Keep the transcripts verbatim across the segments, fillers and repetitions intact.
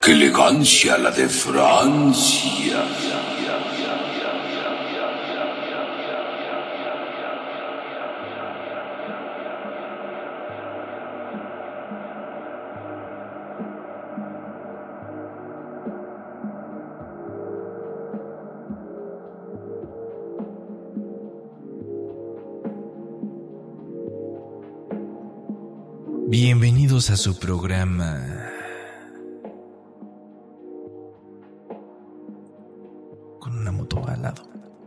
¡Qué elegancia la de Francia! Bienvenidos a su programa con una moto al lado.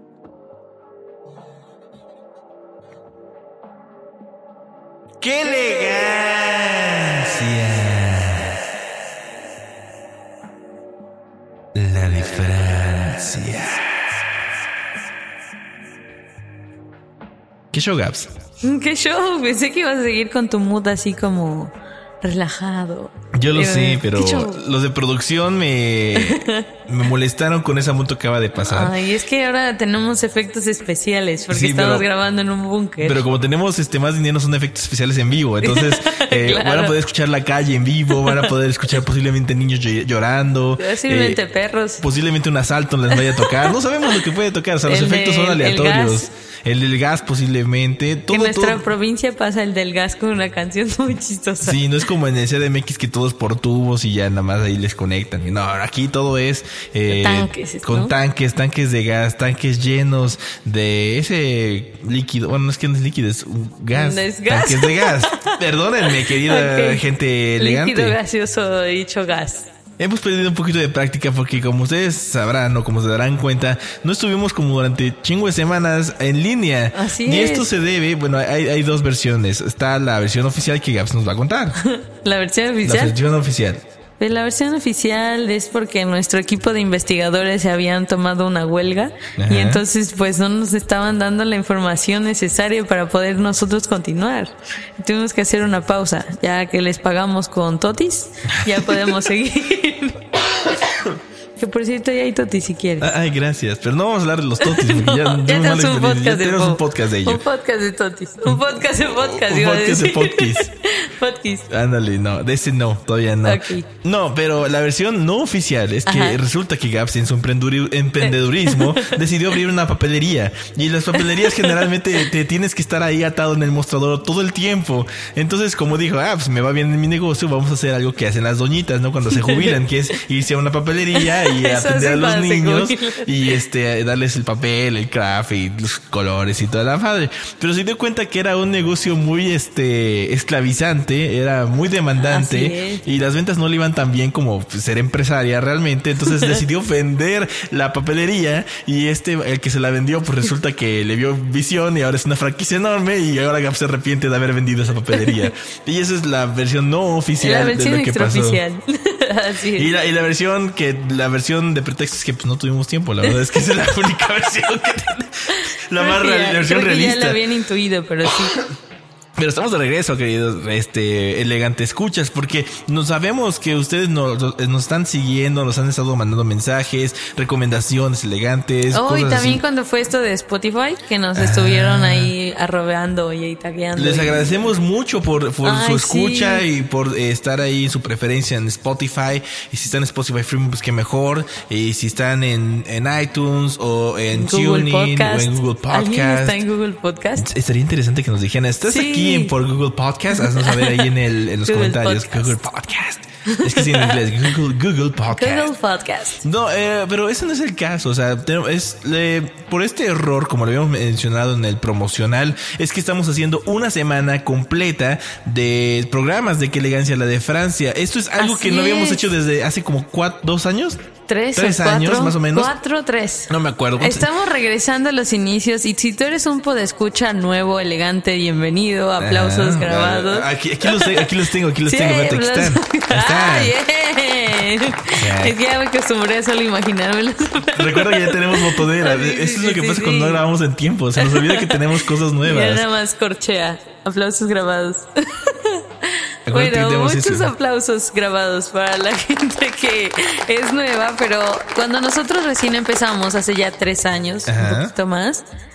¡Qué elegancia! La de Francia. ¿Qué show, Gabs? ¿Qué show? Pensé que ibas a seguir con tu mood así como relajado. Yo lo Eh, sé, pero ¿qué show? los de producción me, me molestaron con esa moto que acaba de pasar. Ay, es que ahora tenemos efectos especiales porque Sí, estamos pero- grabando en un búnker. Pero como tenemos este más dinero, son efectos especiales en vivo. Entonces eh, Claro. van a poder escuchar la calle en vivo, van a poder escuchar posiblemente niños ll- llorando. Posiblemente eh, perros. Posiblemente un asalto les vaya a tocar. No sabemos lo que puede tocar. O sea, los El efectos de- son el aleatorios. gas. El del gas posiblemente. Que Todo, en nuestra todo. provincia pasa el del gas con una canción muy chistosa. Sí, no es como en el C D M X que todos por tubos y ya nada más ahí les conectan. No, aquí todo es eh, Tanques, con ¿no? tanques, tanques de gas, tanques llenos de ese líquido. Bueno, no es que no es líquido, es un gas. No es gas. Tanques de gas. Perdónenme, querida Ok. gente elegante. Líquido gaseoso dicho gas. Hemos perdido un poquito de práctica porque como ustedes sabrán o como se darán cuenta, no estuvimos como durante chingo de semanas en línea. Así y es. esto se debe, bueno, hay, hay dos versiones. Está la versión oficial que Gabs nos va a contar. La versión La oficial. versión oficial. Pues la versión oficial es porque nuestro equipo de investigadores se habían tomado una huelga Ajá. y entonces pues no nos estaban dando la información necesaria para poder nosotros continuar. Tuvimos que hacer una pausa, ya que les pagamos con totis, ya podemos seguir. Que por cierto ya hay totis si quieres. Ay, gracias. Pero no vamos a hablar de los totis porque ya, No, ya tuvimos tenemos mala un experiencia. Ya podcast de tenemos un po- podcast de ello. Un podcast de totis. Un podcast de podcast. Un iba a podcast de decir. podcast. Podcast. Ándale, no, de ese no, todavía no. Ok. No, pero la versión no oficial es que Ajá. resulta que Gabs en su emprenduri- emprendedurismo decidió abrir una papelería. Y las papelerías generalmente te tienes que estar ahí atado en el mostrador todo el tiempo. Entonces, como dijo, ah, pues me va bien en mi negocio, vamos a hacer algo que hacen las doñitas, ¿no? Cuando se jubilan, que es irse a una papelería y Eso atender a hacen los cuando se niños jubilan. y este darles el papel, el craft y los colores y toda la madre. Pero se dio cuenta que era un negocio muy este esclavizante, era muy demandante Así es. y las ventas no le iban tan bien como pues, ser empresaria realmente. Entonces decidió vender la papelería y este, el que se la vendió, pues resulta que le vio visión y ahora es una franquicia enorme y ahora Gab se arrepiente de haber vendido esa papelería. Y esa es la versión no oficial La de versión lo que pasó. extraoficial. Así es. Y la, y la versión que la versión de pretexto es que pues no tuvimos tiempo, la verdad es que esa es la única versión que tiene. La Creo más que real- ya- la versión creo que ya realista. lo habían intuido, pero sí. Pero estamos de regreso, queridos este elegante escuchas, porque nos sabemos que ustedes nos, nos están siguiendo, nos han estado mandando mensajes, recomendaciones elegantes. Oh, y cosas también así. cuando fue esto de Spotify, que nos estuvieron ahí arrobeando y ahí tagueando. Les y- agradecemos mucho por, por Ay, su escucha sí. y por eh, estar ahí, su preferencia en Spotify. Y si están en Spotify Premium, pues qué mejor. Y si están en, en iTunes o en Google TuneIn Podcast. o en Google ¿Alguien Podcast. está en Google Podcast? Estaría interesante que nos dijeran, ¿estás Sí. aquí en, por Google Podcast? Haznos saber ahí en, el, en los Google comentarios. Podcast. Google Podcast. Es que sí en inglés. Google, Google Podcast. Google Podcast. No, eh, pero ese no es el caso. O sea, te- es eh, por este error, como lo habíamos mencionado en el promocional, es que estamos haciendo una semana completa de programas de Qué elegancia la de Francia. Esto es algo Así que no habíamos es. hecho desde hace como cuatro, dos años. Tres, Tres o cuatro, años, más o menos. Cuatro, tres. No me acuerdo. ¿Cuántos- Estamos regresando a los inicios y si tú eres un podescucha nuevo, elegante, bienvenido, aplausos Ah, grabados. Aquí, aquí, los, te- aquí los tengo, aquí los Sí, tengo. Fíjate, aquí están. aplausos. Ahí están. Ah, bien. Ya. Es que ya me acostumbré a solo imaginármelos. Recuerda que ya tenemos botonera. Sí, sí, Eso es sí, lo que sí, pasa sí. cuando no grabamos en tiempo. Se nos olvida que tenemos cosas Ya nuevas. nada más corchea. Aplausos grabados. Acuérdate que Bueno, tenemos muchos eso. aplausos grabados para la gente que es nueva, pero cuando nosotros recién empezamos, hace ya tres años, Ajá. un poquito más,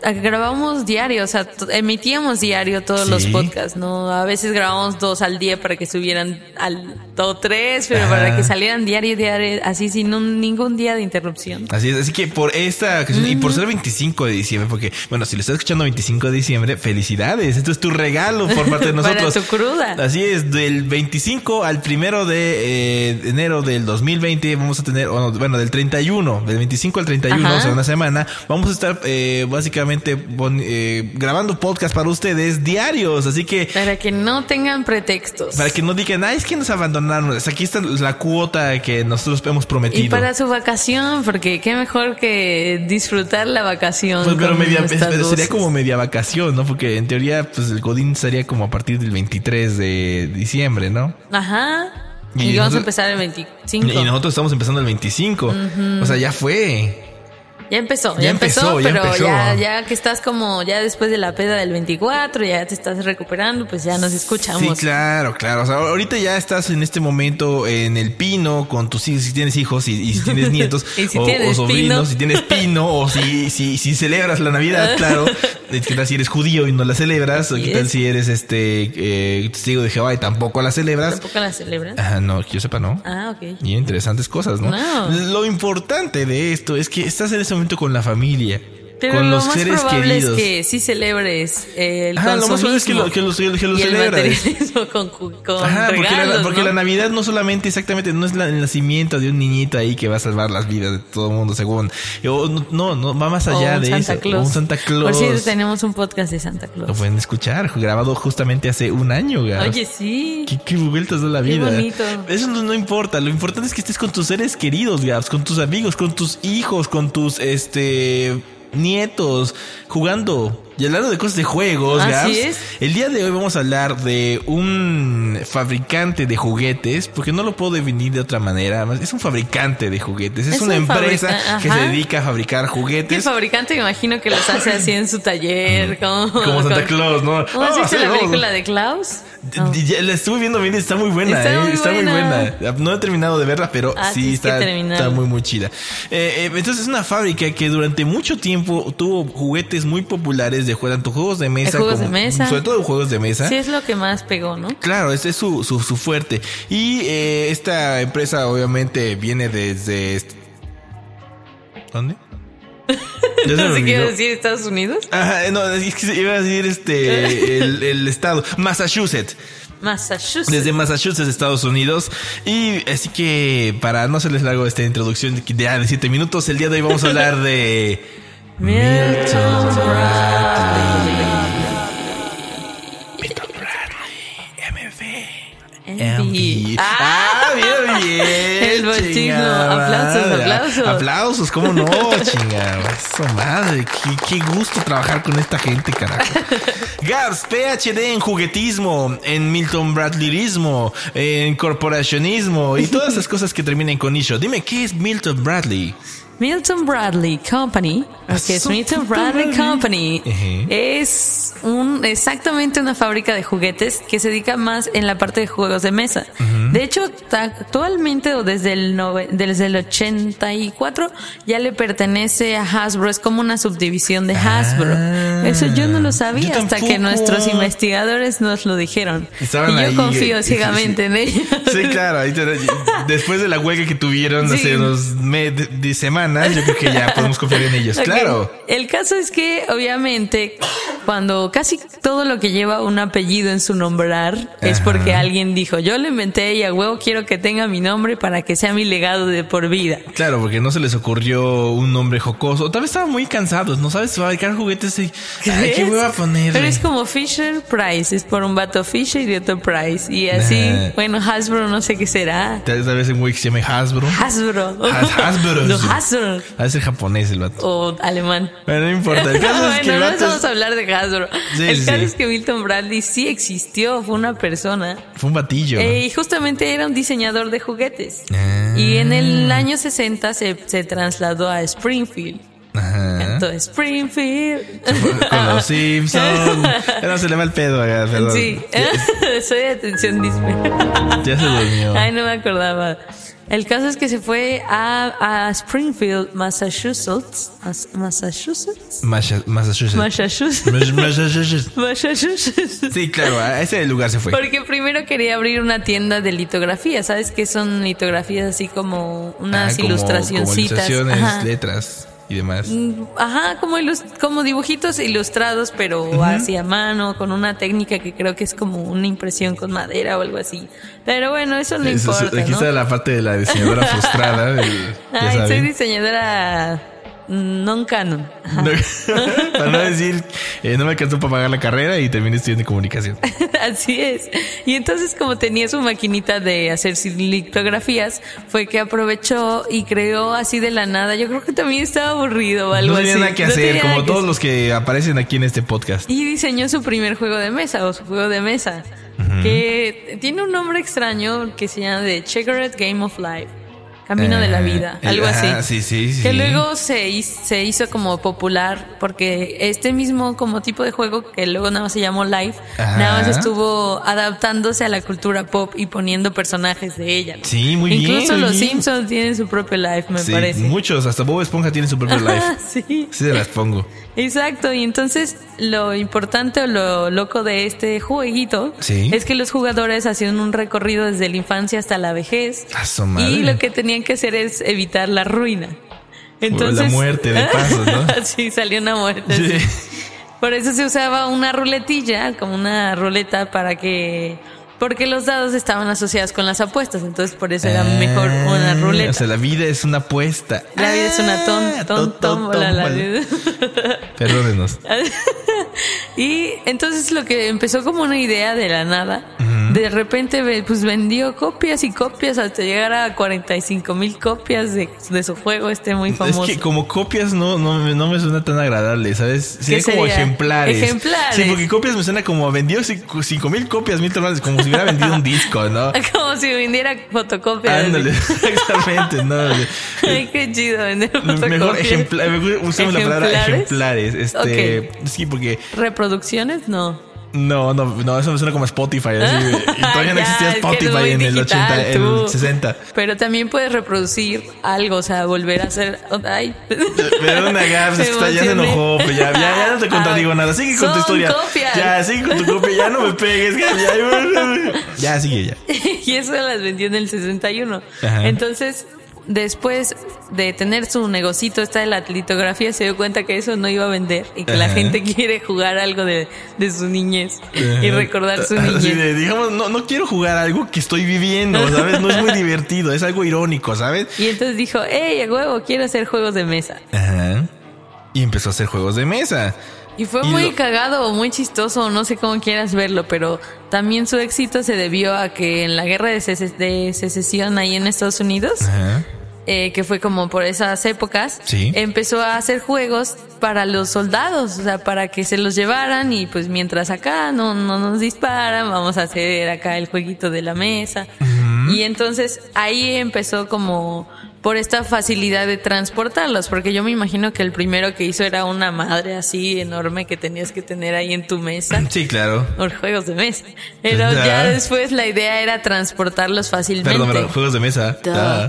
grabamos diario, o sea, t- emitíamos diario todos Sí. los podcasts, ¿no? A veces grabamos dos al día para que subieran al o tres, pero Ajá. para que salieran diario, diario, así sin un, ningún día de interrupción. Así es, así que por esta ocasión, y por ser veinticinco de diciembre, porque, bueno, si lo estás escuchando veinticinco de diciembre, felicidades, esto es tu regalo por parte de nosotros. Para tu cruda. Así es, del veinticinco al primero de eh, enero del dos mil veinte vamos a tener, bueno, bueno, del treinta y uno, del veinticinco al treinta y uno, Ajá. o sea, una semana, vamos a estar eh, básicamente pon- eh, grabando podcast para ustedes diarios, así que Para que no tengan pretextos. para que no digan, ay, es que nos abandonaron. Aquí está la cuota que nosotros hemos prometido. Y para su vacación, porque qué mejor que disfrutar la vacación. Pues, pero con media, nuestras pero sería voces. como media vacación, ¿no? Porque en teoría, pues el Godín sería como a partir del veintitrés de diciembre, ¿no? Ajá. Y Y, vamos nosotros- a empezar el veinticinco. Y nosotros estamos empezando el veinticinco. O sea, ya fue. Ya empezó, ya, Ya empezó, empezó, ya pero empezó. ya, ya que estás como, ya después de la peda del veinticuatro, ya te estás recuperando, pues ya nos escuchamos. Sí, claro, claro. O sea, ahorita ya estás en este momento en el pino con tus hijos, si tienes hijos y, y si tienes nietos Y si o, tienes o sobrinos, pino. si tienes pino o si, si, si celebras la Navidad, claro. ¿Qué tal si eres judío y no la celebras? ¿O Así qué tal es. si eres este eh, testigo de Jehová y tampoco la celebras? ¿Tampoco la celebras? Ajá, no, que yo sepa, no. Ah, ok. Y interesantes cosas, ¿no? No. Lo importante de esto es que estás en ese momento con la familia, Pero con lo los más seres probable queridos. es que sí celebres eh, el Ajá, lo más probable es que lo, que los, que lo y el celebras. materialismo con, ju- con Ajá, porque, regalos, la, porque ¿no? la Navidad no solamente exactamente no es la- el nacimiento de un niñito ahí que va a salvar las vidas de todo el mundo, según. O, no, no, no, va más O allá un de Santa eso. Claus. O un Santa Claus. Por cierto, tenemos un podcast de Santa Lo Claus. pueden escuchar, grabado justamente hace un año, Gabs. Oye, sí. ¿Qué, qué vueltas da la Qué vida. bonito. Eso no, no importa. Lo importante es que estés con tus seres queridos, Gabs, con tus amigos, con tus hijos, con tus este nietos, jugando y hablando de cosas de juegos, Así Gabs. es. El día de hoy vamos a hablar de un fabricante de juguetes, porque no lo puedo definir de otra manera. Es un fabricante de juguetes. Es, Es una un empresa fabrica- que ajá. se dedica a fabricar Que el juguetes. fabricante me imagino que los hace así en su taller, como, Como Santa con- Claus, ¿no? ¿Cómo has Ah, visto sí, la vamos. película de Klaus? No. Ya la estuve viendo bien, está muy buena, Está eh, muy está muy buena. buena. No he terminado de verla, pero Ah, sí tienes que está, terminarla. está muy muy chida. Eh, eh, entonces es una fábrica que durante mucho tiempo tuvo juguetes muy populares de juegos, tanto juegos de mesa, De juegos como, de mesa. sobre todo juegos de mesa. Sí, es lo que más pegó, ¿no? Claro, ese es su, su, su fuerte. Y eh, esta empresa obviamente viene desde... est- ¿Dónde? Ya se me No sé qué iba a olvidó. decir, ¿Estados Unidos? Ajá, no, es que iba a decir este el, el estado, Massachusetts. Massachusetts. Desde Massachusetts, Estados Unidos. Y así que para no hacerles largo esta introducción de de siete minutos, el día de hoy vamos a hablar de Milton Milton Bradley, M V. Envy. Ah, bien, bien. El bochino. chingada Aplausos, madre. aplausos. Aplausos, ¿cómo no, chingada? Eso, madre, qué, qué gusto trabajar con esta gente, carajo. Gabs, P H D en juguetismo, en Milton Bradleyismo, en corporacionismo y todas esas cosas que terminan con isho. Dime, ¿qué es Milton Bradley? Milton Bradley Company, que es Su Milton puta Bradley madre. Company, Ejé. es un exactamente una fábrica de juguetes que se dedica más en la parte de juegos de mesa. De hecho, ta- actualmente o desde el nove- desde el ochenta y cuatro ya le pertenece a Hasbro, es como una subdivisión de Hasbro. Ah, Eso yo no lo sabía yo hasta que tampoco. nuestros investigadores nos lo dijeron. Estaban y yo ahí, confío eh, ciegamente en ellos. Sí, claro. Ahí te- después de la huelga que tuvieron Sí. hace unos me- de, de semanas, yo creo que ya podemos confiar en ellos. Ok. Claro. El caso es que, obviamente, cuando casi todo lo que lleva un apellido en su nombrar es Ajá. porque alguien dijo, yo lo inventé y a huevo quiero que tenga mi nombre para que sea mi legado de por vida. Claro, porque no se les ocurrió un nombre jocoso. Tal vez estaban muy cansados, ¿no sabes? Fabricar juguetes y... Ay, ¿qué voy a poner? Pero es como Fisher Price, es por un vato Fisher y otro Price. Y así, Ajá. bueno, Hasbro no sé qué será. Tal vez en Wix se llame Hasbro. Hasbro. Has- Hasbro. No, Hasbro. Ha de ser japonés el vato. O alemán. Pero no importa. El caso es que bueno, el no vato vamos es- a hablar de Hasbro. Sí, el sí, caso sí. es que Milton Bradley sí existió, fue una persona. fue un batillo. Eh, y justamente era un diseñador de juguetes. Ah. Y en el año sesenta se, se trasladó a Springfield. Ajá. Cantó Springfield. Con los Simpsons. Ya no se le va el pedo, acá, perdón. Sí, Ya, soy de atención dispe. ya se durmió. Ay, no me acordaba. El caso es que se fue a, a Springfield, Massachusetts. Mas- Massachusetts. Masha- Massachusetts. Massachusetts. Mas- Massachusetts. Massachusetts. Sí, claro, a ese lugar se fue. Porque primero quería abrir una tienda de litografía. ¿Sabes qué son litografías? Así como unas Ah, como- ilustracioncitas. Como ilustraciones, Ajá. letras y demás. Ajá, como, ilus- como dibujitos ilustrados, pero uh-huh. así a mano, con una técnica que creo que es como una impresión con madera o algo así. Pero bueno, eso no Eso, importa, aquí ¿no? está la parte de la diseñadora frustrada. del- ya Ay, soy saben. diseñadora non-canon. Ajá. No, para no decir, eh, no me alcanzó para pagar la carrera y terminé estudiando comunicación. Así es. Y entonces, como tenía su maquinita de hacer litografías, fue que aprovechó y creó así de la nada. Yo creo que también estaba aburrido o algo No tenía así. nada que No hacer, tenía como nada que todos hacer. los que aparecen aquí en este podcast. Y diseñó su primer juego de mesa o su juego de mesa, uh-huh. que tiene un nombre extraño que se llama The Checkered Game of Life. Camino eh, de la vida, algo el, así. Ah, sí, sí, sí. Que luego se hizo, se hizo como popular porque este mismo como tipo de juego que luego nada más se llamó Life, ajá. nada más estuvo adaptándose a la cultura pop y poniendo personajes de ella. ¿No? Sí, muy Incluso bien. Incluso los bien. Simpsons tienen su propio Life, me sí, parece. Muchos, hasta Bob Esponja tiene su propio Life. sí. Sí, se las pongo. Exacto, y entonces lo importante o lo loco de este jueguito ¿Sí? es que los jugadores hacían un recorrido desde la infancia hasta la vejez. A su madre. Y lo que tenían que hacer es evitar la ruina. Entonces, o la muerte de paso, ¿no? sí, salió una muerte. Sí. Sí. Por eso se usaba una ruletilla, como una ruleta para que... Porque los dados estaban asociados con las apuestas, entonces por eso era mejor una ruleta. O sea, la vida es una apuesta. La vida es una ton, ton, tómbola. La vida. Perdónenos. Y entonces lo que empezó como una idea de la nada, uh-huh. de repente pues vendió copias y copias hasta llegar a cuarenta y cinco mil copias de, de su juego este muy famoso. Es que como copias no, no, no me suena tan agradable, ¿sabes? Sería como ejemplares. Ejemplares. Sí, porque copias me suena como vendió cinco mil copias, mil toneladas, como si hubiera vendido un disco, ¿no? Como si vendiera fotocopias. Ándale, exactamente, ¿no? Ay, qué chido vender fotocopias. Mejor ejemplares, usemos la palabra ejemplares. Este, okay. Sí, porque... ¿Reproducciones? No. No, no, no, eso me suena como Spotify, así. Y todavía ya, no existía Spotify es en el digital, ochenta, en el sesenta. Pero también puedes reproducir algo, o sea, volver a hacer. Ay. Pero una gaps, está, ya se enojó, pues ya, ya, ya no te contradigo nada. Sigue con Son tu historia. Copias. Ya, sigue con tu copia, ya no me pegues. Ya, ya, ya sigue ya. Y eso las vendió en el sesenta y uno. Ajá. Entonces, después de tener su negocito esta de la litografía, se dio cuenta que eso no iba a vender y que Ajá. la gente quiere jugar algo de, de su niñez Ajá. y recordar su niñez. Así de, digamos, no, no quiero jugar algo que estoy viviendo, ¿sabes? No es muy divertido, es algo irónico, ¿sabes? Y entonces dijo, hey, a huevo, quiero hacer juegos de mesa. Ajá. Y empezó a hacer juegos de mesa. Y fue y muy lo... cagado o muy chistoso, no sé cómo quieras verlo, pero también su éxito se debió a que en la guerra de, sece- de secesión ahí en Estados Unidos, Ajá. Eh, que fue como por esas épocas, ¿Sí? empezó a hacer juegos para los soldados, o sea, para que se los llevaran y pues mientras acá no, no nos disparan, vamos a hacer acá el jueguito de la mesa. Uh-huh. Y entonces ahí empezó como por esta facilidad de transportarlos, porque yo me imagino que el primero que hizo era una madre así enorme que tenías que tener ahí en tu mesa. Sí, claro. Por juegos de mesa. Pero da. Ya después la idea era transportarlos fácilmente. Perdón, perdón, juegos de mesa. Da. Da.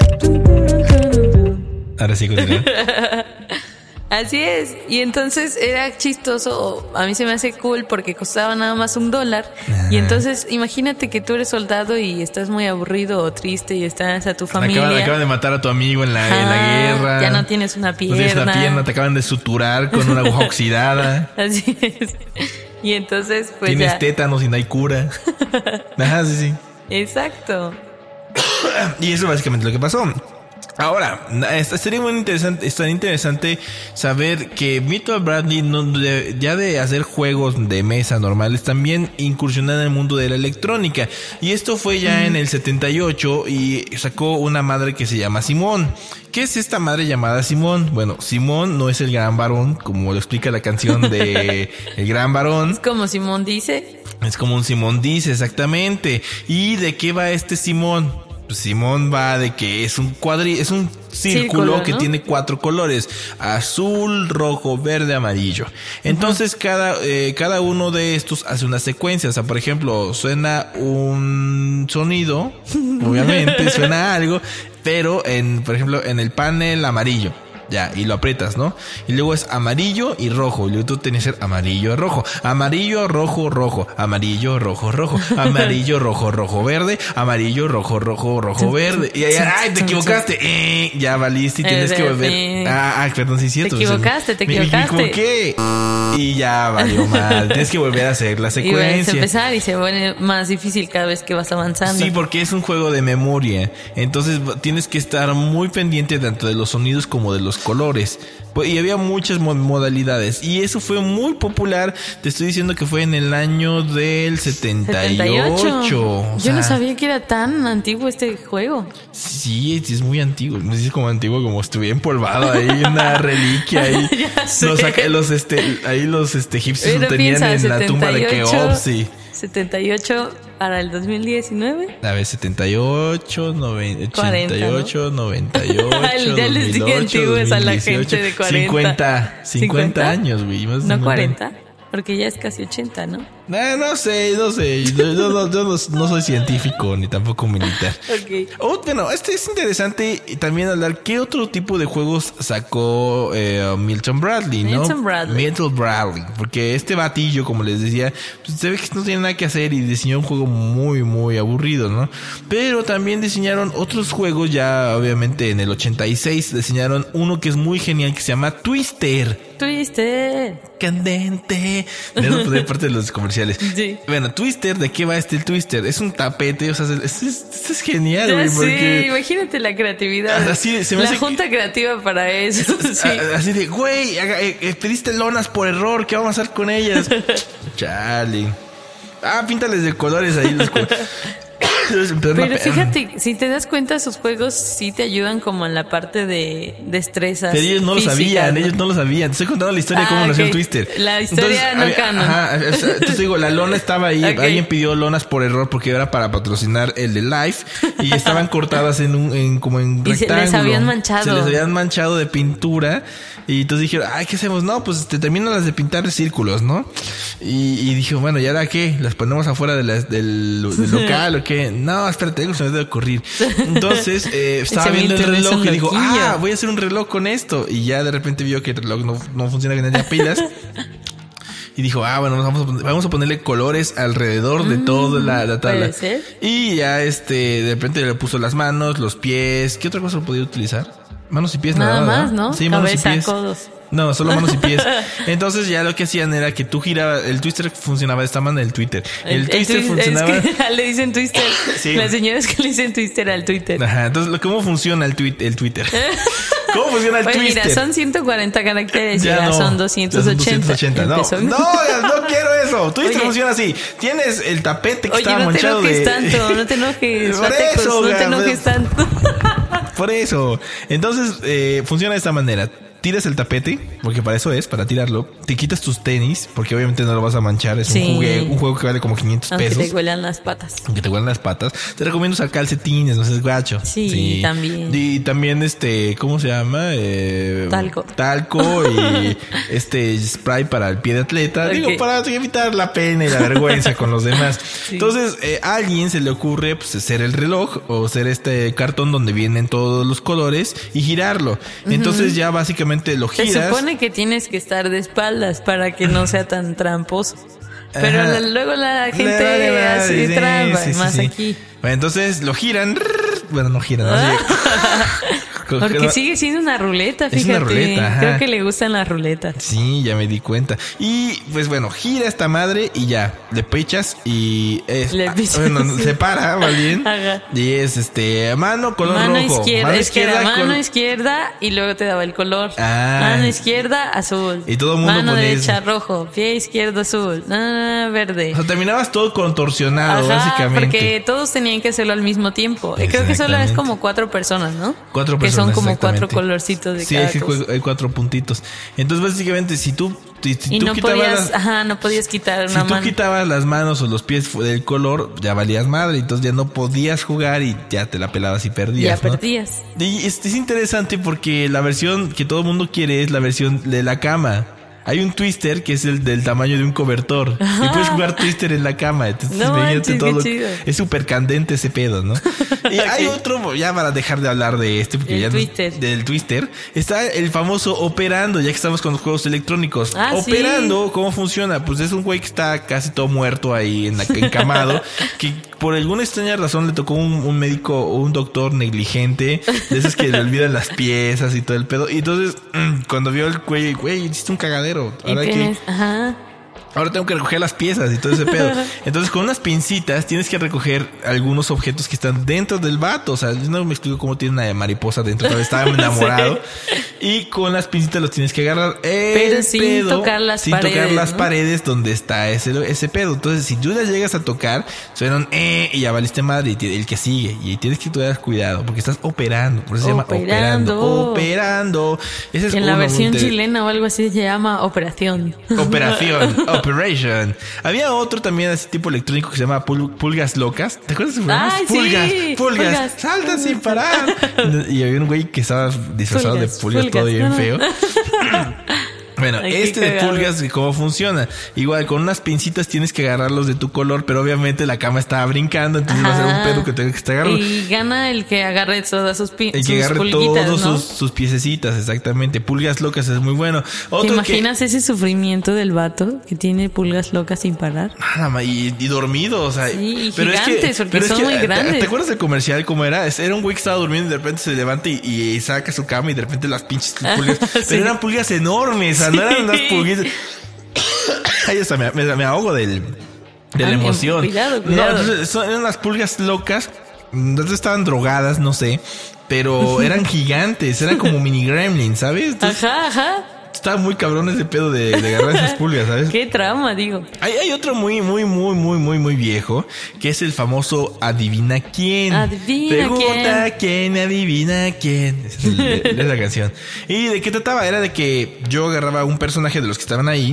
Ahora sí, continúa. Así es. Y entonces era chistoso. A mí se me hace cool porque costaba nada más un dólar. Ajá. Y entonces imagínate que tú eres soldado y estás muy aburrido o triste y estás a tu familia. Acaban, acaban de matar a tu amigo en la, ah, en la guerra. Ya no tienes una pierna. No tienes una pierna, te acaban de suturar con una aguja oxidada. Así es. Y entonces pues tienes ya. tétanos y no hay cura. Ajá, sí, sí. Exacto. Y eso es básicamente lo que pasó. Ahora, sería muy interesante, estaría interesante saber que Mitchell Bradley no, de, ya de hacer juegos de mesa normales también incursionó en el mundo de la electrónica. Y esto fue ya mm. en el setenta y ocho y sacó una madre que se llama Simón. ¿Qué es esta madre llamada Simón? Bueno, Simón no es el gran varón, como lo explica la canción de El Gran Varón. Es como Simón dice. Es como un Simón dice, exactamente. ¿Y de qué va este Simón? pues Simón va de que es un cuadri, es un círculo, Círculo, que ¿no? tiene cuatro colores: azul, rojo, verde, amarillo. Entonces uh-huh. cada eh, cada uno de estos hace una secuencia. O sea, por ejemplo, suena un sonido, obviamente suena algo, pero en, por ejemplo, en el panel amarillo. Ya, y lo aprietas, ¿no? Y luego es amarillo y rojo. Y luego tú tienes que ser amarillo, rojo. Amarillo, rojo, rojo. Amarillo, rojo, rojo. Amarillo, rojo, rojo, verde. Amarillo, rojo, rojo, rojo, verde. Y ya, ay, te equivocaste. Eh, ya valiste y tienes que volver. Ah, ah, perdón, sí es cierto. Te equivocaste, te equivocaste. Me, me equivoqué. Y ya valió mal. Tienes que volver a hacer la secuencia. Y vas a empezar y se vuelve más difícil cada vez que vas avanzando. Sí, porque es un juego de memoria. Entonces tienes que estar muy pendiente tanto de los sonidos como de los colores. Y había muchas modalidades. Y eso fue muy popular. Te estoy diciendo que fue en el año del setenta y ocho. setenta y ocho. O Yo sea, no sabía que era tan antiguo este juego. Sí, es muy antiguo. No es como antiguo, como estuviera empolvado ahí, una reliquia ahí. Ya sé. Los, acá, los este, ahí los este, egipcios Pero lo tenían piensa, en la tumba de Keops. Sí. setenta y ocho para el dos mil diecinueve. A ver, setenta y ocho, noventa, cuarenta, ochenta y ocho, ¿no? noventa y ocho, Ya les dije antiguos a la gente de cuarenta. cincuenta, cincuenta años, güey. Más de No cincuenta. cuarenta, porque ya es casi ochenta, ¿no? No, no sé, no sé. Yo, yo no, yo no, no soy científico ni tampoco militar. Ok. Oh, bueno, este es interesante también hablar qué otro tipo de juegos sacó eh, Milton Bradley, ¿no? Milton Bradley. Milton Bradley. Porque este batillo, como les decía, pues se ve que no tiene nada que hacer y diseñó un juego muy, muy aburrido, ¿no? Pero también diseñaron otros juegos ya, obviamente, en el ochenta y seis diseñaron uno que es muy genial que se llama Twister. Twister. Candente. Debo poner parte de los comerciales. Sí. Bueno, Twister, ¿de qué va este Twister? Es un tapete, o sea, esto es, es, es genial, Ya güey, sé, porque imagínate la creatividad. Así se me la hace junta que- creativa para eso. Sí. así de, güey, haga- eh, eh, pediste lonas por error, ¿qué vamos a hacer con ellas? Chale. Ah, píntales de colores ahí los co- Pero fíjate, si te das cuenta, esos juegos sí te ayudan como en la parte de destrezas. Pero ellos no lo físicas, sabían, ¿no? ellos no lo sabían. Te estoy contando la historia de cómo Ah, nació ok. el Twister. La historia no había- canon. Ajá, o sea, entonces digo, la lona estaba ahí. Ok. Alguien pidió lonas por error porque era para patrocinar el de Live y estaban cortadas en un, en, como en Y se les rectángulo. habían manchado. Se les habían manchado de pintura. Y entonces dijeron, ay, ¿qué hacemos? No, pues te terminan las de pintar de círculos, ¿no? Y, y dije, bueno, ¿y ahora qué? ¿Las ponemos afuera de las, del, del local o qué? No, espérate, algo se me debe ocurrir. Entonces, eh, estaba Ese viendo el Milton es reloj un y dijo, loquillo. ah, voy a hacer un reloj con esto. Y ya de repente vio que el reloj no, no funciona, que no tenía pilas. Y dijo, ah, bueno, vamos a, pon- vamos a ponerle colores alrededor de toda la, la tabla. puede ser. Y ya, este, de repente le puso las manos, los pies. ¿Qué otra cosa lo podía utilizar? Manos y pies nada, Nada más, ¿verdad? ¿no? Sí, manos y Cabeza, pies. codos. No, solo manos y pies. Entonces ya lo que hacían era que tú girabas, el Twister funcionaba de esta manera, el Twitter. El, Twister twist- funcionaba. Es que le dicen Twister. Sí. Las señoras que le dicen Twister al Twitter. Ajá, entonces lo- ¿cómo funciona el, tweet, el Twitter? ¿Cómo funciona el Pues Twister? mira, son ciento cuarenta caracteres y Ya ya no, son ya doscientos son ochenta. doscientos ochenta. No, Empezó- no, no quiero eso. Twister Oye. funciona así. Tienes el tapete que Oye, estaba no te manchado enojes de... tanto, no te enojes, Por Fatecos, eso, no te Gab, enojes tanto. Por eso. Entonces, eh, funciona de esta manera. Tiras el tapete, porque para eso es, para tirarlo. Te quitas tus tenis, porque obviamente no lo vas a manchar. Es Sí. un, jugue- un juego que vale como quinientos Aunque pesos. te huelan las patas. Aunque te huelan las patas. Te recomiendo usar calcetines, no seas gacho. Sí, también. Y también este, ¿cómo se llama? Eh, Talco. Talco y este spray para el pie de atleta. Ok. Digo, para evitar la pena y la vergüenza con los demás. Sí. Entonces, eh, a alguien se le ocurre pues, hacer el reloj o hacer este cartón donde vienen todos los colores y girarlo. Entonces ya básicamente lo Se giras. supone que tienes que estar de espaldas para que no sea tan tramposo. Pero Ajá. la- luego la gente Le vale madre, hace sí, trampa, sí, sí, más sí. aquí. Bueno, entonces lo giran. Bueno, no giran. Así. Porque sigue siendo una ruleta, Es fíjate. una ruleta, ajá. Creo que le gustan las ruletas. Sí, ya me di cuenta. Y pues bueno, gira esta madre y ya, le pechas y es. Le ah, pichas. Bueno, se para, más bien. Ajá. Y es este, mano, color Mano rojo. izquierda, es que era mano col- izquierda y luego te daba el color. Ah. Mano izquierda, azul. Y todo el mundo Mano ponía derecha, eso. rojo. Pie izquierdo, azul. Ah, verde. O sea, terminabas todo contorsionado, Ajá, básicamente. porque todos tenían que hacerlo al mismo tiempo. Eh, Creo que solo es Exactamente. como cuatro personas, ¿no? Cuatro Que personas son como exactamente. cuatro colorcitos de Sí, cada hay, cosa. hay cuatro puntitos. Entonces, básicamente, si tú, si, si Y tú no quitabas podías, las, ajá, no podías quitar si una tú mano. quitabas las manos o los pies fu- del color, ya valías madre. Entonces ya no podías jugar y ya te la pelabas y perdías, Ya ¿no? perdías. Y es, es interesante porque la versión que todo el mundo quiere es la versión de la cama. Hay un Twister que es el del tamaño de un cobertor. Ajá. Y puedes jugar Twister en la cama. Entonces, No imagínate manches, qué todo. chido. Es súper candente ese pedo, ¿no? Y hay Ok. otro, ya para dejar de hablar de este, porque El ya no- Twister. del Twister, está el famoso Operando, ya que estamos con los juegos electrónicos. Ah, sí. Operando, ¿cómo funciona? Pues es un güey que está casi todo muerto ahí en la, encamado, que por alguna extraña razón le tocó un, un médico o un doctor negligente, de esos que le olvidan las piezas y todo el pedo. Y entonces, mm, cuando vio el güey, güey, hiciste un cagadero. Y Ahora que tienes, ajá. Ahora tengo que recoger las piezas y todo ese pedo. Entonces, con unas pincitas tienes que recoger algunos objetos que están dentro del vato. O sea, yo no me explico cómo tiene una mariposa dentro. Todavía estaba enamorado. Y con las pincitas los tienes que agarrar. El Pero sin pedo, tocar las sin paredes, tocar las ¿no? paredes donde está ese, ese pedo. Entonces, si tú las llegas a tocar, suenan eh, y ya valiste madre. Y t- el que sigue. Y tienes que tener cuidado porque estás operando. Por eso se llama Operando. operando. Operando. Ese es En la uno muy versión inter- chilena o algo así se llama Operación. Operación, Operation. Había otro también así tipo electrónico que se llama Pul- Pulgas Locas. ¿Te acuerdas de ese programa? Ay, sí, Pulgas, pulgas, Pulgas. salta sin parar. Y había un güey que estaba disfrazado Pulgas, de pulgas, pulgas, todo bien no, no. feo. Bueno, Ay, qué este de cagado. pulgas, ¿cómo funciona? Igual, con unas pincitas tienes que agarrarlos de tu color, pero obviamente la cama estaba brincando, entonces va a ser un Ajá. pedo que tengas que agarrarlo. Y gana el que agarre todas sus, pi El sus que agarre pulguitas, todos ¿no? sus, sus piececitas, exactamente. Pulgas Locas es muy bueno. ¿Te Otro que- imaginas ese sufrimiento del vato que tiene pulgas locas sin parar? Nada más, y, y dormido, o sea. Sí, y pero es que, gigantes, porque pero es son que, muy ¿te- grandes. ¿Te acuerdas del comercial cómo era? Es- Era un güey que estaba durmiendo y de repente se levanta y, y saca su cama y de repente las pinches pulgas. Sí. Pero eran pulgas enormes, o sea, no eran las pulgas. Ay, hasta me, me, me ahogo del, de la Ay, emoción. cuidado, No, cuidado. entonces, son- eran las pulgas locas. Entonces estaban drogadas, no sé. Pero eran gigantes, eran como mini gremlins, ¿sabes? Entonces, Ajá, ajá. estaba muy cabrón ese pedo de, de agarrar esas pulgas, ¿sabes? Qué trauma, digo. Hay, hay otro muy, muy, muy, muy, muy, muy viejo, que es el famoso Adivina quién. Adivina Pregunta quién, adivina quién. Esa es, el- esa es la canción. ¿Y de qué trataba? Era de que yo agarraba un personaje de los que estaban ahí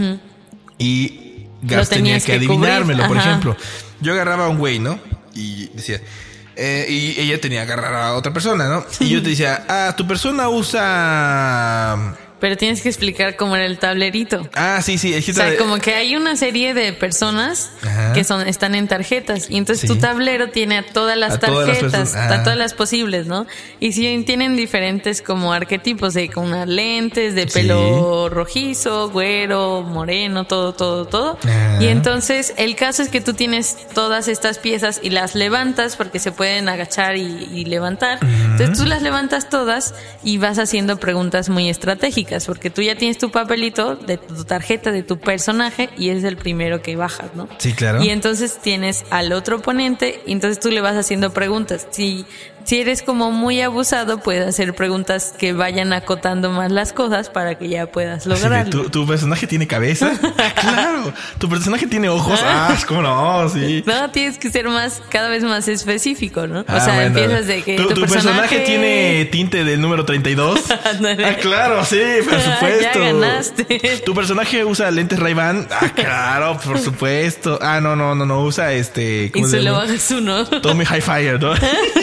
y Gabs Lo tenía tenías que que cubrir, adivinármelo. Por ajá. ejemplo, yo agarraba a un güey, ¿no? Y decía... eh, y ella tenía que agarrar a otra persona, ¿no? Y yo te decía, ah, tu persona usa... Pero tienes que explicar cómo era el tablerito. Ah, sí, sí. Es que O sea, tra- como que hay una serie de personas Ajá. que son están en tarjetas y entonces Sí. tu tablero tiene a todas las A todas las tarjetas, personas. Ah. a todas las posibles, ¿no? Y sí tienen diferentes como arquetipos de con unas lentes, de pelo rojizo, güero, moreno, todo, todo, todo. Ah. Y entonces el caso es que tú tienes todas estas piezas y las levantas porque se pueden agachar y, y levantar. Entonces tú las levantas todas y vas haciendo preguntas muy estratégicas porque tú ya tienes tu papelito de tu tarjeta de tu personaje y es el primero que bajas, ¿no? Sí, claro. Y entonces tienes al otro oponente y entonces tú le vas haciendo preguntas. Si, si eres como muy abusado, puedes hacer preguntas que vayan acotando más las cosas para que ya puedas Así de, lograrlo. ¿tu, ¿Tu personaje tiene cabeza? Claro. ¿Tu personaje tiene ojos? Ah, ¿cómo no? Sí. No, tienes que ser más, cada vez más específico, ¿no? O Ah, sea, bueno. empiezas de que ¿Tu, tu, tu personaje... tiene tinte del número treinta y dos? Ándale. Ah, claro, sí, por Ya supuesto. ganaste. ¿Tu personaje usa lentes Ray-Ban? Ah, claro, por supuesto. Ah, no, no, no, no, usa este... Y ¿cómo se solo llama? bajas uno. Tommy Highfire, ¿no?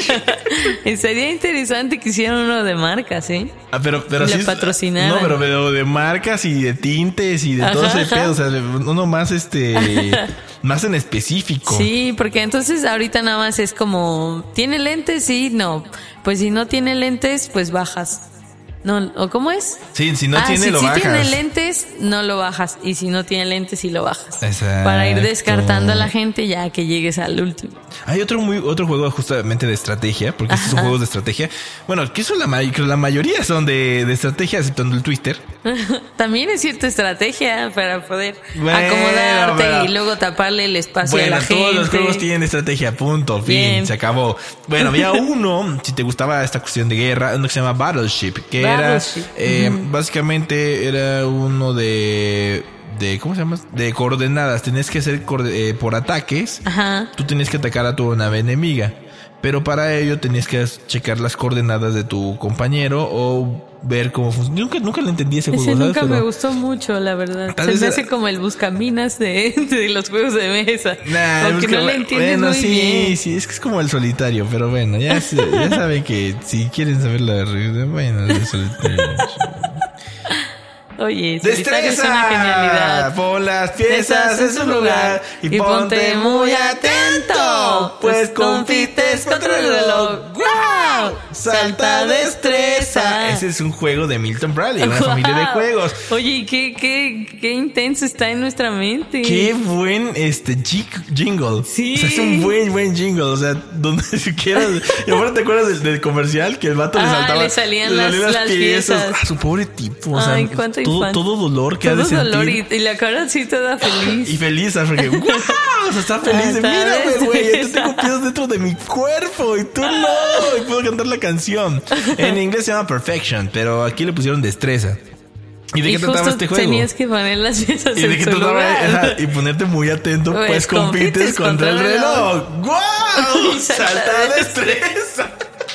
Y sería interesante que hicieran uno de marcas, ¿eh? Ah, pero, pero Y sí la es- patrocinaran. No, pero, pero de marcas y de tintes y de todo Ajá, ese ajá. pedo. O sea, uno más este... más en específico. Sí, porque entonces ahorita nada más es como, ¿tiene lentes? Sí, no. Pues si no tiene lentes, pues bajas. No, ¿o cómo es? Sí, si no Ah, tiene, si, lo si bajas. tiene lentes, no lo bajas. Y si no tiene lentes, sí lo bajas. Exacto. Para ir descartando a la gente ya que llegues al último. Hay otro muy otro juego justamente de estrategia, porque estos son Ajá. juegos de estrategia. Bueno, que son la, may- que la mayoría son de, de estrategia, exceptuando el Twister. También es cierta estrategia para poder Bueno, acomodarte pero- y luego taparle el espacio Bueno, a la gente. todos los juegos tienen estrategia, punto, fin, Bien. se acabó. Bueno, había uno, si te gustaba esta cuestión de guerra, uno que se llama Battleship, que Battleship. era, eh, básicamente era uno de, de, ¿cómo se llama? De coordenadas, tenías que hacer coorde- eh, por ataques. Ajá. Tú tienes que atacar a tu nave enemiga. pero para ello tenías que checar las coordenadas de tu compañero o ver cómo funciona. Nunca, nunca le entendí ese, ese juego, nunca ¿sabes? me Pero gustó mucho, la verdad. Se me era... hace como el buscaminas de, de los juegos de mesa. Nah, aunque no le entiendes bueno, muy sí, bien. sí, es que es como el solitario, pero bueno, ya, se, ya saben que si quieren saber la regla, bueno, el solitario. Oye, solitario es una genialidad. Pon las piezas en su lugar y, y ponte muy atento, pues compites contra el reloj. ¡Wow! Salta destreza. Ese es un juego de Milton Bradley, una wow. familia de juegos. Oye, qué, qué, qué intenso está en nuestra mente. Qué buen este jingle. Sí. O sea, es un buen, buen jingle. O sea, donde si quieras. Y ahora te acuerdas del, del comercial que el vato ah, le saltaba. Le salían le las, las, las piezas. piezas. A su pobre tipo. O sea, ay, cuánto todo, todo dolor que todo ha de dolor sentir. Y, y la cara sí toda feliz. Y feliz, porque ¡wow! O sea, está feliz de mírame, güey. Yo tengo piezas dentro de mi cuerpo y tú no. Y puedo cantar la canción. En inglés se llama Perfection, pero aquí le pusieron destreza. ¿Y de y qué trataba este juego? Tenías que poner las piezas ¿Y de qué trataba? Y ponerte muy atento, pues, pues compites, compites contra, contra el reloj. reloj. ¡Guau! Salta, salta destreza.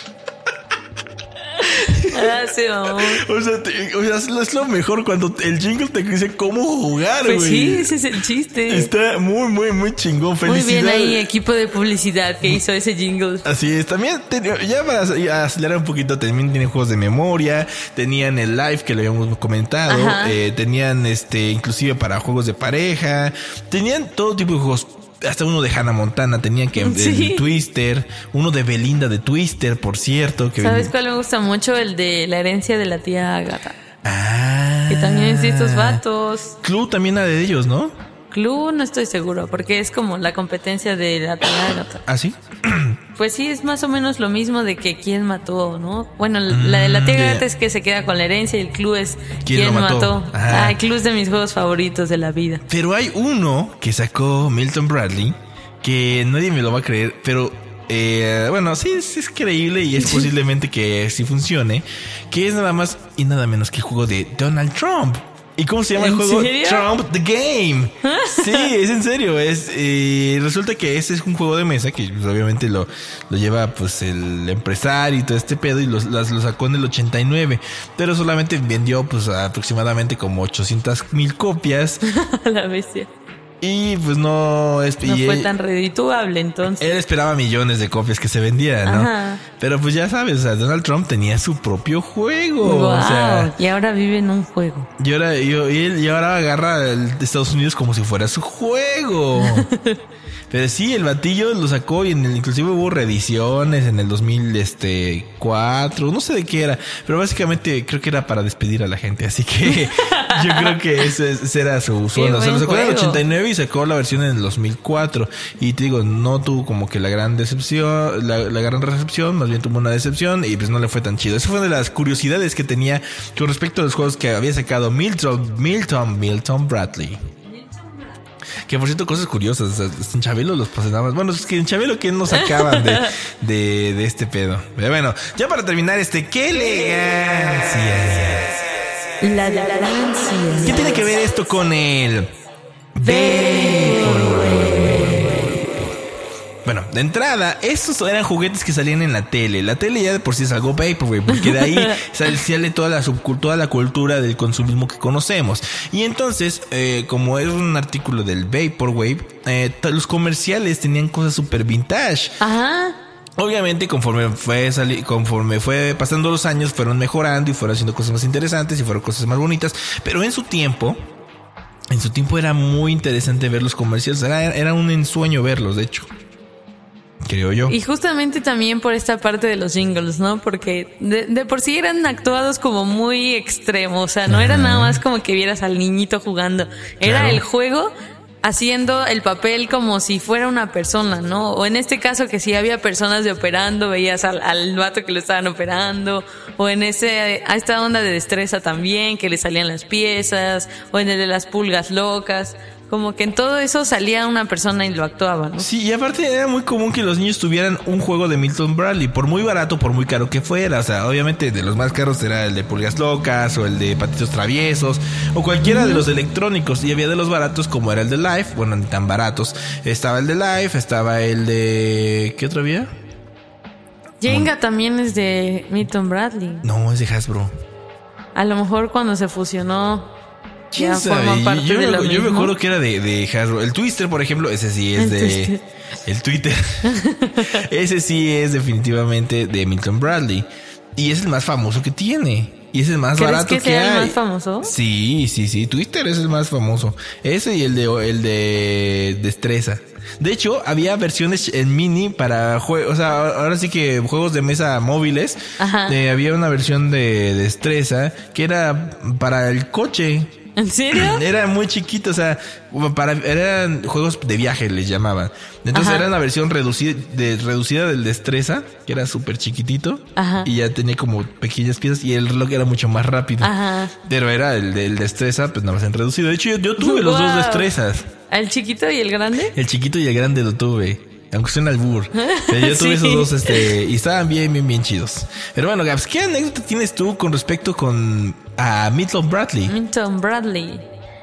Ah, sí, oh. O sea, te, o sea, es lo mejor cuando el jingle te dice cómo jugar, güey. Pues sí, ese es el chiste. Está muy, muy, muy chingón. Felicidades. Muy bien ahí, equipo de publicidad que hizo ese jingle. Así es. También, ya para acelerar un poquito, también tienen juegos de memoria. Tenían el live que lo habíamos comentado. Eh, tenían, este, inclusive para juegos de pareja. Tenían todo tipo de juegos. Hasta uno de Hannah Montana tenían que sí. el Twister, uno de Belinda de Twister, por cierto. Que ¿Sabes cuál me gusta mucho? El de la herencia de la tía Agatha. Ah. Que también es de estos vatos. Clue también era de ellos, ¿no? Clue no estoy seguro, porque es como la competencia de la tía Agatha. ¿Ah, sí? Pues sí, es más o menos lo mismo de que quién mató, ¿no? Bueno, mm, la de la tía Agatha yeah. es que se queda con la herencia y el Clue es quién, quién mató. mató. Ah, el Clue es de mis juegos favoritos de la vida. Pero hay uno que sacó Milton Bradley que nadie me lo va a creer, pero eh, bueno, sí es, es creíble y es posiblemente que sí funcione, que es nada más y nada menos que el juego de Donald Trump. ¿Y cómo se llama el juego? ¿Serio? Trump the Game. Sí, es en serio. Es eh, resulta que este es un juego de mesa que pues, obviamente lo, lo lleva pues el empresario y todo este pedo y los, las, lo sacó en el ochenta y nueve, pero solamente vendió pues aproximadamente como ochocientas mil copias. La bestia. Y pues no es No y fue él, tan redituable entonces. Él esperaba millones de copias que se vendieran, ¿no? Ajá. Pero pues ya sabes, o sea, Donald Trump tenía su propio juego. Wow, o sea, y ahora vive en un juego. Y ahora, y, y, y ahora agarra el de Estados Unidos como si fuera su juego. Pero sí, el batillo lo sacó y en el, inclusive hubo reediciones en el dos mil cuatro, no sé de qué era, pero básicamente creo que era para despedir a la gente, así que yo creo que ese, ese era su sueldo. Se lo sacó en el ochenta y nueve y sacó la versión en el dos mil cuatro y te digo, no tuvo como que la gran decepción, la, la gran recepción, más bien tuvo una decepción y pues no le fue tan chido. Esa fue una de las curiosidades que tenía con respecto a los juegos que había sacado Milton, Milton, Milton Bradley. Que por cierto, cosas curiosas, o sea, en Chabelo los pasaban. Bueno, es que en Chabelo que nos sacaban de, de, de este pedo. Pero bueno, ya para terminar este, ¡qué elegancia! La elegancia. ¿Qué tiene que ver esto con el Bueno, de entrada, estos eran juguetes que salían en la tele. La tele ya de por sí es algo vaporwave, porque de ahí sale toda la subcultura, la cultura del consumismo que conocemos. Y entonces, eh, como es un artículo del vaporwave, eh, los comerciales tenían cosas super vintage. Ajá. Obviamente, conforme fue sali- conforme fue pasando los años, fueron mejorando y fueron haciendo cosas más interesantes y fueron cosas más bonitas. Pero en su tiempo, en su tiempo era muy interesante ver los comerciales. Era, era un ensueño verlos, de hecho. Creo yo. Y justamente también por esta parte de los jingles, ¿no? Porque de, de por sí eran actuados como muy extremos. O sea, no Ajá. era nada más como que vieras al niñito jugando. Era claro. el juego haciendo el papel como si fuera una persona, ¿no? O en este caso que si había personas de operando, veías al, al vato que lo estaban operando. O en ese a esta onda de destreza también, que le salían las piezas. O en el de las pulgas locas. Como que en todo eso salía una persona y lo actuaba, ¿no? Sí, y aparte era muy común que los niños tuvieran un juego de Milton Bradley, por muy barato, por muy caro que fuera. O sea, obviamente de los más caros era el de Pulgas Locas o el de Patitos Traviesos o cualquiera uh-huh. de los electrónicos. Y había de los baratos como era el de Life, bueno, ni tan baratos. Estaba el de Life, estaba el de... ¿qué otro había? Jenga también es de Milton Bradley. No, es de Hasbro. A lo mejor cuando se fusionó ¿Quién ya sabe? forma parte yo, de me, lo yo mismo. me acuerdo que era de, de Hasbro. El Twister, por ejemplo, ese sí es El de... Twister. El Twitter. Ese sí es definitivamente de Milton Bradley. Y es el más famoso que tiene. Y es el más ¿Crees barato que que, sea hay. el más famoso? Sí, sí, sí. Twitter es el más famoso. Ese y el de el de destreza. De hecho, había versiones en mini para juegos, o sea, ahora sí que juegos de mesa móviles. Ajá. Eh, había una versión de destreza que era para el coche. ¿En serio? Era muy chiquito, o sea, para eran juegos de viaje les llamaban. Entonces Ajá. era una versión reducida de reducida del destreza, que era súper chiquitito. Ajá. Y ya tenía como pequeñas piezas y el reloj era mucho más rápido. Ajá. Pero era el del destreza, pues nada más en reducido. De hecho, yo, yo tuve los Wow. dos destrezas. ¿El chiquito y el grande? El chiquito y el grande lo tuve. Aunque sea un albur. Pero yo tuve Sí. esos dos, este, y estaban bien, bien, bien chidos. Pero bueno, Gabs, ¿qué anécdota tienes tú con respecto con a Milton Bradley? Milton Bradley.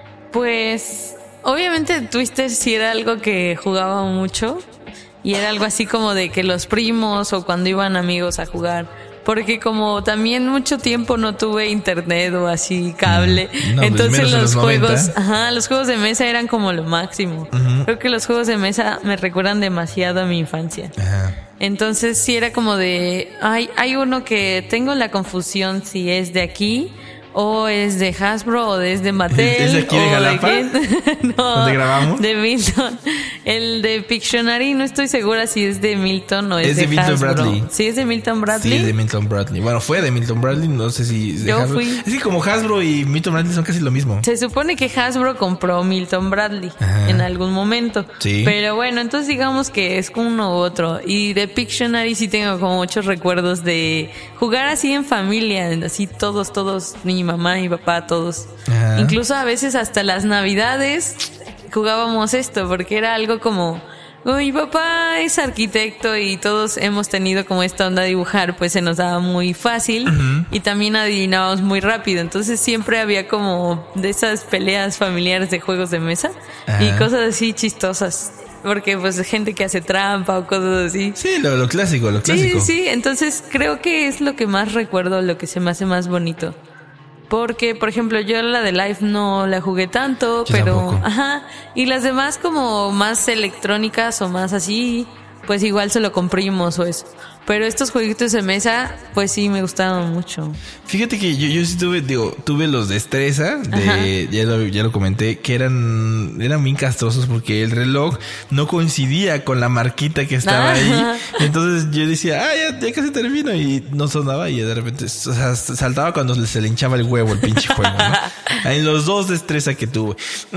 Pues, obviamente Twister sí era algo que jugaba mucho. Y era algo así como de que los primos o cuando iban amigos a jugar. Porque como también mucho tiempo no tuve internet o así cable, Mm, no, pues entonces menos en los los juegos, noventa. ajá, los juegos de mesa eran como lo máximo. Ujú. Creo que los juegos de mesa me recuerdan demasiado a mi infancia. Ajá. Entonces sí era como de, hay, hay uno que tengo la confusión si es de aquí o es de Hasbro o es de Mattel. ¿Es de aquí de o Jalapa? quién. No, ¿Dónde grabamos? de Milton. El de Pictionary no estoy segura si es de Milton o es, Es de Milton Hasbro. Bradley. Sí, es de Milton Bradley. Sí, es de Milton Bradley. Bueno, fue de Milton Bradley, no sé si es de Yo Hasbro. fui. Es que como Hasbro y Milton Bradley son casi lo mismo. Se supone que Hasbro compró Milton Bradley Ajá. en algún momento. Sí. Pero bueno, entonces digamos que es como uno u otro. Y de Pictionary sí tengo como muchos recuerdos de jugar así en familia, así todos, todos, mi mamá, mi papá, todos. Ajá. Incluso a veces hasta las navidades jugábamos esto, porque era algo como... Mi papá es arquitecto y todos hemos tenido como esta onda de dibujar, pues se nos daba muy fácil. Uh-huh. Y también adivinábamos muy rápido. Entonces siempre había como de esas peleas familiares de juegos de mesa. Ajá. Y cosas así chistosas. Porque pues gente que hace trampa o cosas así. Sí, lo, lo clásico, lo clásico. Sí, sí, entonces creo que es lo que más recuerdo, lo que se me hace más bonito. Porque, por ejemplo, yo la de Life no la jugué tanto, yo pero... Tampoco. Ajá. Y las demás como más electrónicas o más así, pues igual se lo comprimos o eso. Pero estos jueguitos de mesa, pues sí, me gustaron mucho. Fíjate que yo, yo sí tuve, digo, tuve los destreza, de, ya lo, ya lo comenté, que eran, eran bien castrosos porque el reloj no coincidía con la marquita que estaba ahí. Entonces yo decía, ah, ya, ya casi termino, y no sonaba, y de repente, o sea, saltaba cuando se le hinchaba el huevo el pinche juego, ¿no? En los dos destreza que tuve.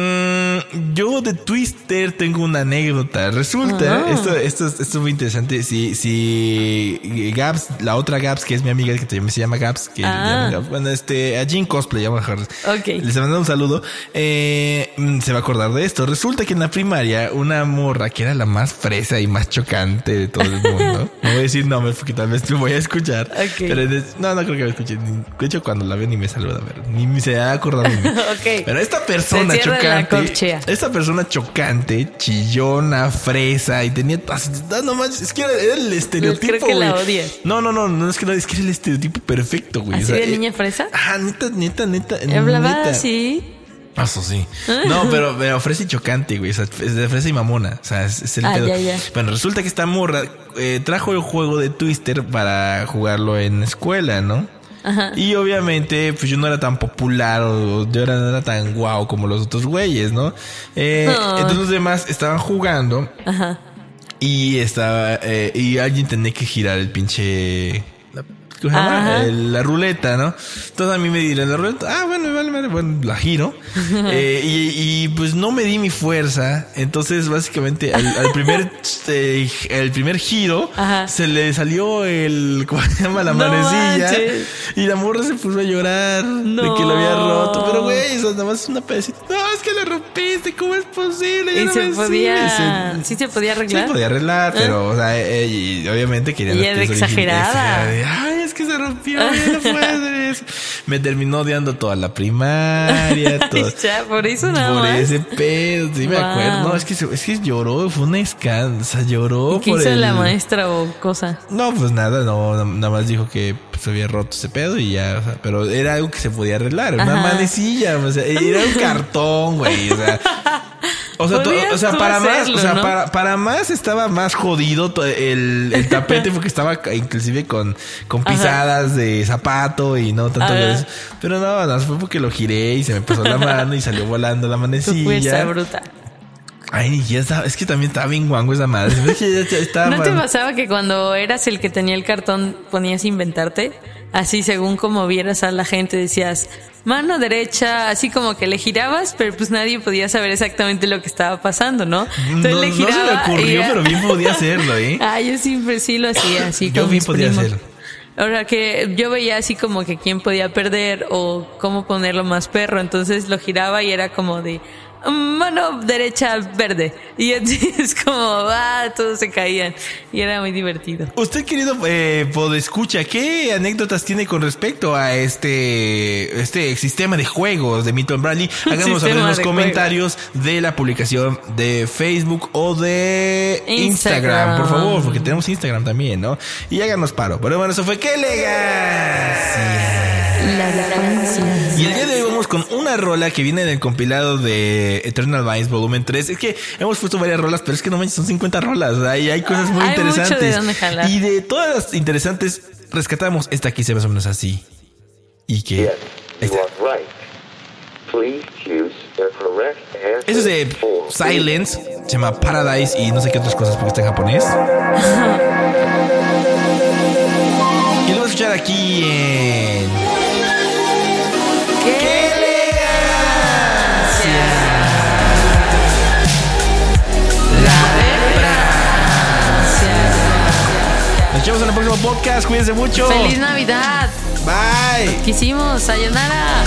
Mm, yo de Twister tengo una anécdota. Resulta, oh. esto, esto, esto es muy interesante. Si, si Gabs, la otra Gabs, que es mi amiga, que también se llama Gabs, que ah. llama, bueno, este, a Jean Cosplay, llama Harris. Okay. Les mando un saludo. Eh, se va a acordar de esto. Resulta que en la primaria, una morra que era la más fresa y más chocante de todo el mundo. No voy a decir nombres porque tal vez lo voy a escuchar. Okay. Pero no, no creo que me escuche. De hecho, cuando la veo ni me saluda, pero ni se va a acordar de mí. Okay. Pero esta persona chocante, esta persona chocante, chillona, fresa, y tenía, no manches, es que era, era el estereotipo. Creo que la odia. No, no, no, no es que no, es que era el estereotipo perfecto, güey. ¿Así o sea, de niña fresa? Ah, neta, neta, neta. Hablaba neta. así. Eso sí. No, pero, pero fresa y chocante, güey. O sea, es de fresa y mamona. O sea, es, es el ah, pedo. Ya, ya. Bueno, resulta que esta morra eh, trajo el juego de Twister para jugarlo en escuela, ¿no? Ajá. Y obviamente, pues yo no era tan popular o yo era, no era tan guau como los otros güeyes, ¿no? Eh, no. Entonces los demás estaban jugando. Ajá. Y estaba, eh, y alguien tenía que girar el pinche, la, ¿cómo se llama? El, la ruleta, ¿no? Entonces a mí me dieron la ruleta, ah, bueno, vale, vale, bueno, la giro. eh, y, y pues no me di mi fuerza. Entonces básicamente al, al primer, eh, el primer giro, ajá, se le salió el, ¿cómo se llama? La no manecilla. Manches. Y la morra se puso a llorar no. de que lo había roto. Pero güey, eso nada más es una pedacita. No, es que la rompiste, ¿cómo es posible? Y no se podía, se, sí se podía arreglar. Sí se podía arreglar, pero, ¿ah? O sea, eh, y obviamente querían y era exagerada. De, ay, es que se rompió, ya no puede hacer eso. me terminó odiando toda la primaria, todo. Ya, por eso nada Por más. ese pedo, sí me Wow. acuerdo. No, es que, es que lloró, fue una escándalo, o sea, lloró ¿Y qué por hizo el... la maestra o cosa? No, pues nada, no, nada más dijo que se había roto ese pedo y ya, o sea, pero era algo que se podía arreglar, una Ajá. manecilla, o sea, era un cartón, güey, o sea... O sea, to- Podrías o sea, tú para más, hacerlo, o sea, ¿no? para, para más estaba más jodido to- el, el tapete porque estaba ca- inclusive con, con pisadas de zapato y no tanto Ajá. de eso. Pero no, no, fue porque lo giré y se me pasó la mano y salió volando la Tu fuerza manecilla. bruta. Ay, ya estaba, es que también estaba bien guango esa madre. Es que ya- ya estaba- ¿No te pasaba que cuando eras el que tenía el cartón ponías inventarte? Así según como vieras a la gente decías mano derecha, así como que le girabas, pero pues nadie podía saber exactamente lo que estaba pasando, ¿no? no, no se me ocurrió, y era- pero bien podía hacerlo, ¿eh? Ah, yo siempre sí lo hacía así Yo con bien mis podía primos. hacerlo. Ahora que yo veía así como que quién podía perder o cómo ponerlo más perro, entonces lo giraba y era como de mano derecha verde y así es como ah, todos se caían y era muy divertido. Usted, querido eh, podescucha, ¿qué anécdotas tiene con respecto a este este sistema de juegos de Milton Bradley? Háganos saber en Sistema los de comentarios de la publicación de Facebook o de Instagram. Instagram. por favor, porque tenemos Instagram también, ¿no? Y háganos paro. Pero bueno, eso fue ¡qué elegancia! La elegancia. Y el día de hoy vamos con una rola que viene del compilado de Eternal Vice Volumen tres. Es que hemos puesto varias rolas, pero es que no manches, son cincuenta rolas. Hay, hay cosas muy Hay mucho interesantes. de dónde jalar. Y de todas las interesantes, rescatamos esta que dice más o menos así. Y que... Yes, ahí you está. are right. Please choose the correct answer. Eso es de for- Silence, se llama Paradise y no sé qué otras cosas porque está en japonés. Y lo vamos a escuchar aquí en... ¡Qué elegancia! La elegancia. Nos echamos en el próximo podcast, cuídense mucho. ¡Feliz Navidad! Bye. Quisimos, sayonara.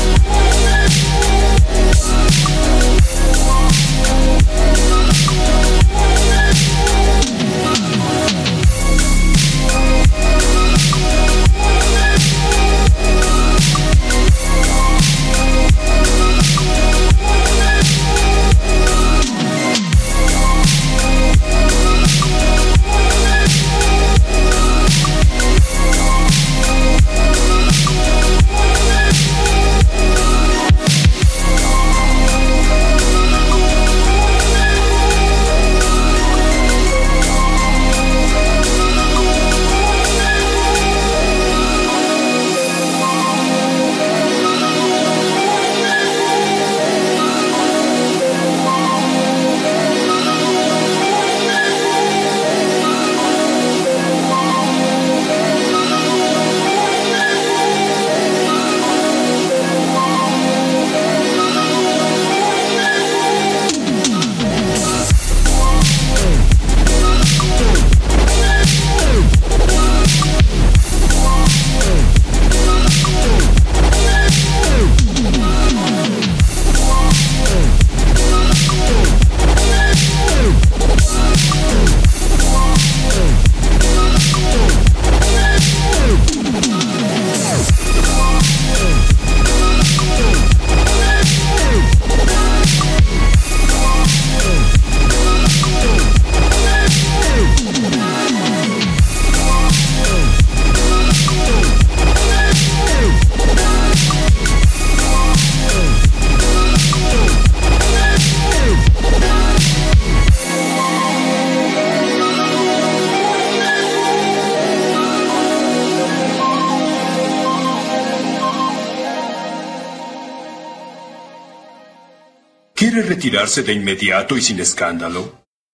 ¿Quiere retirarse de inmediato y sin escándalo?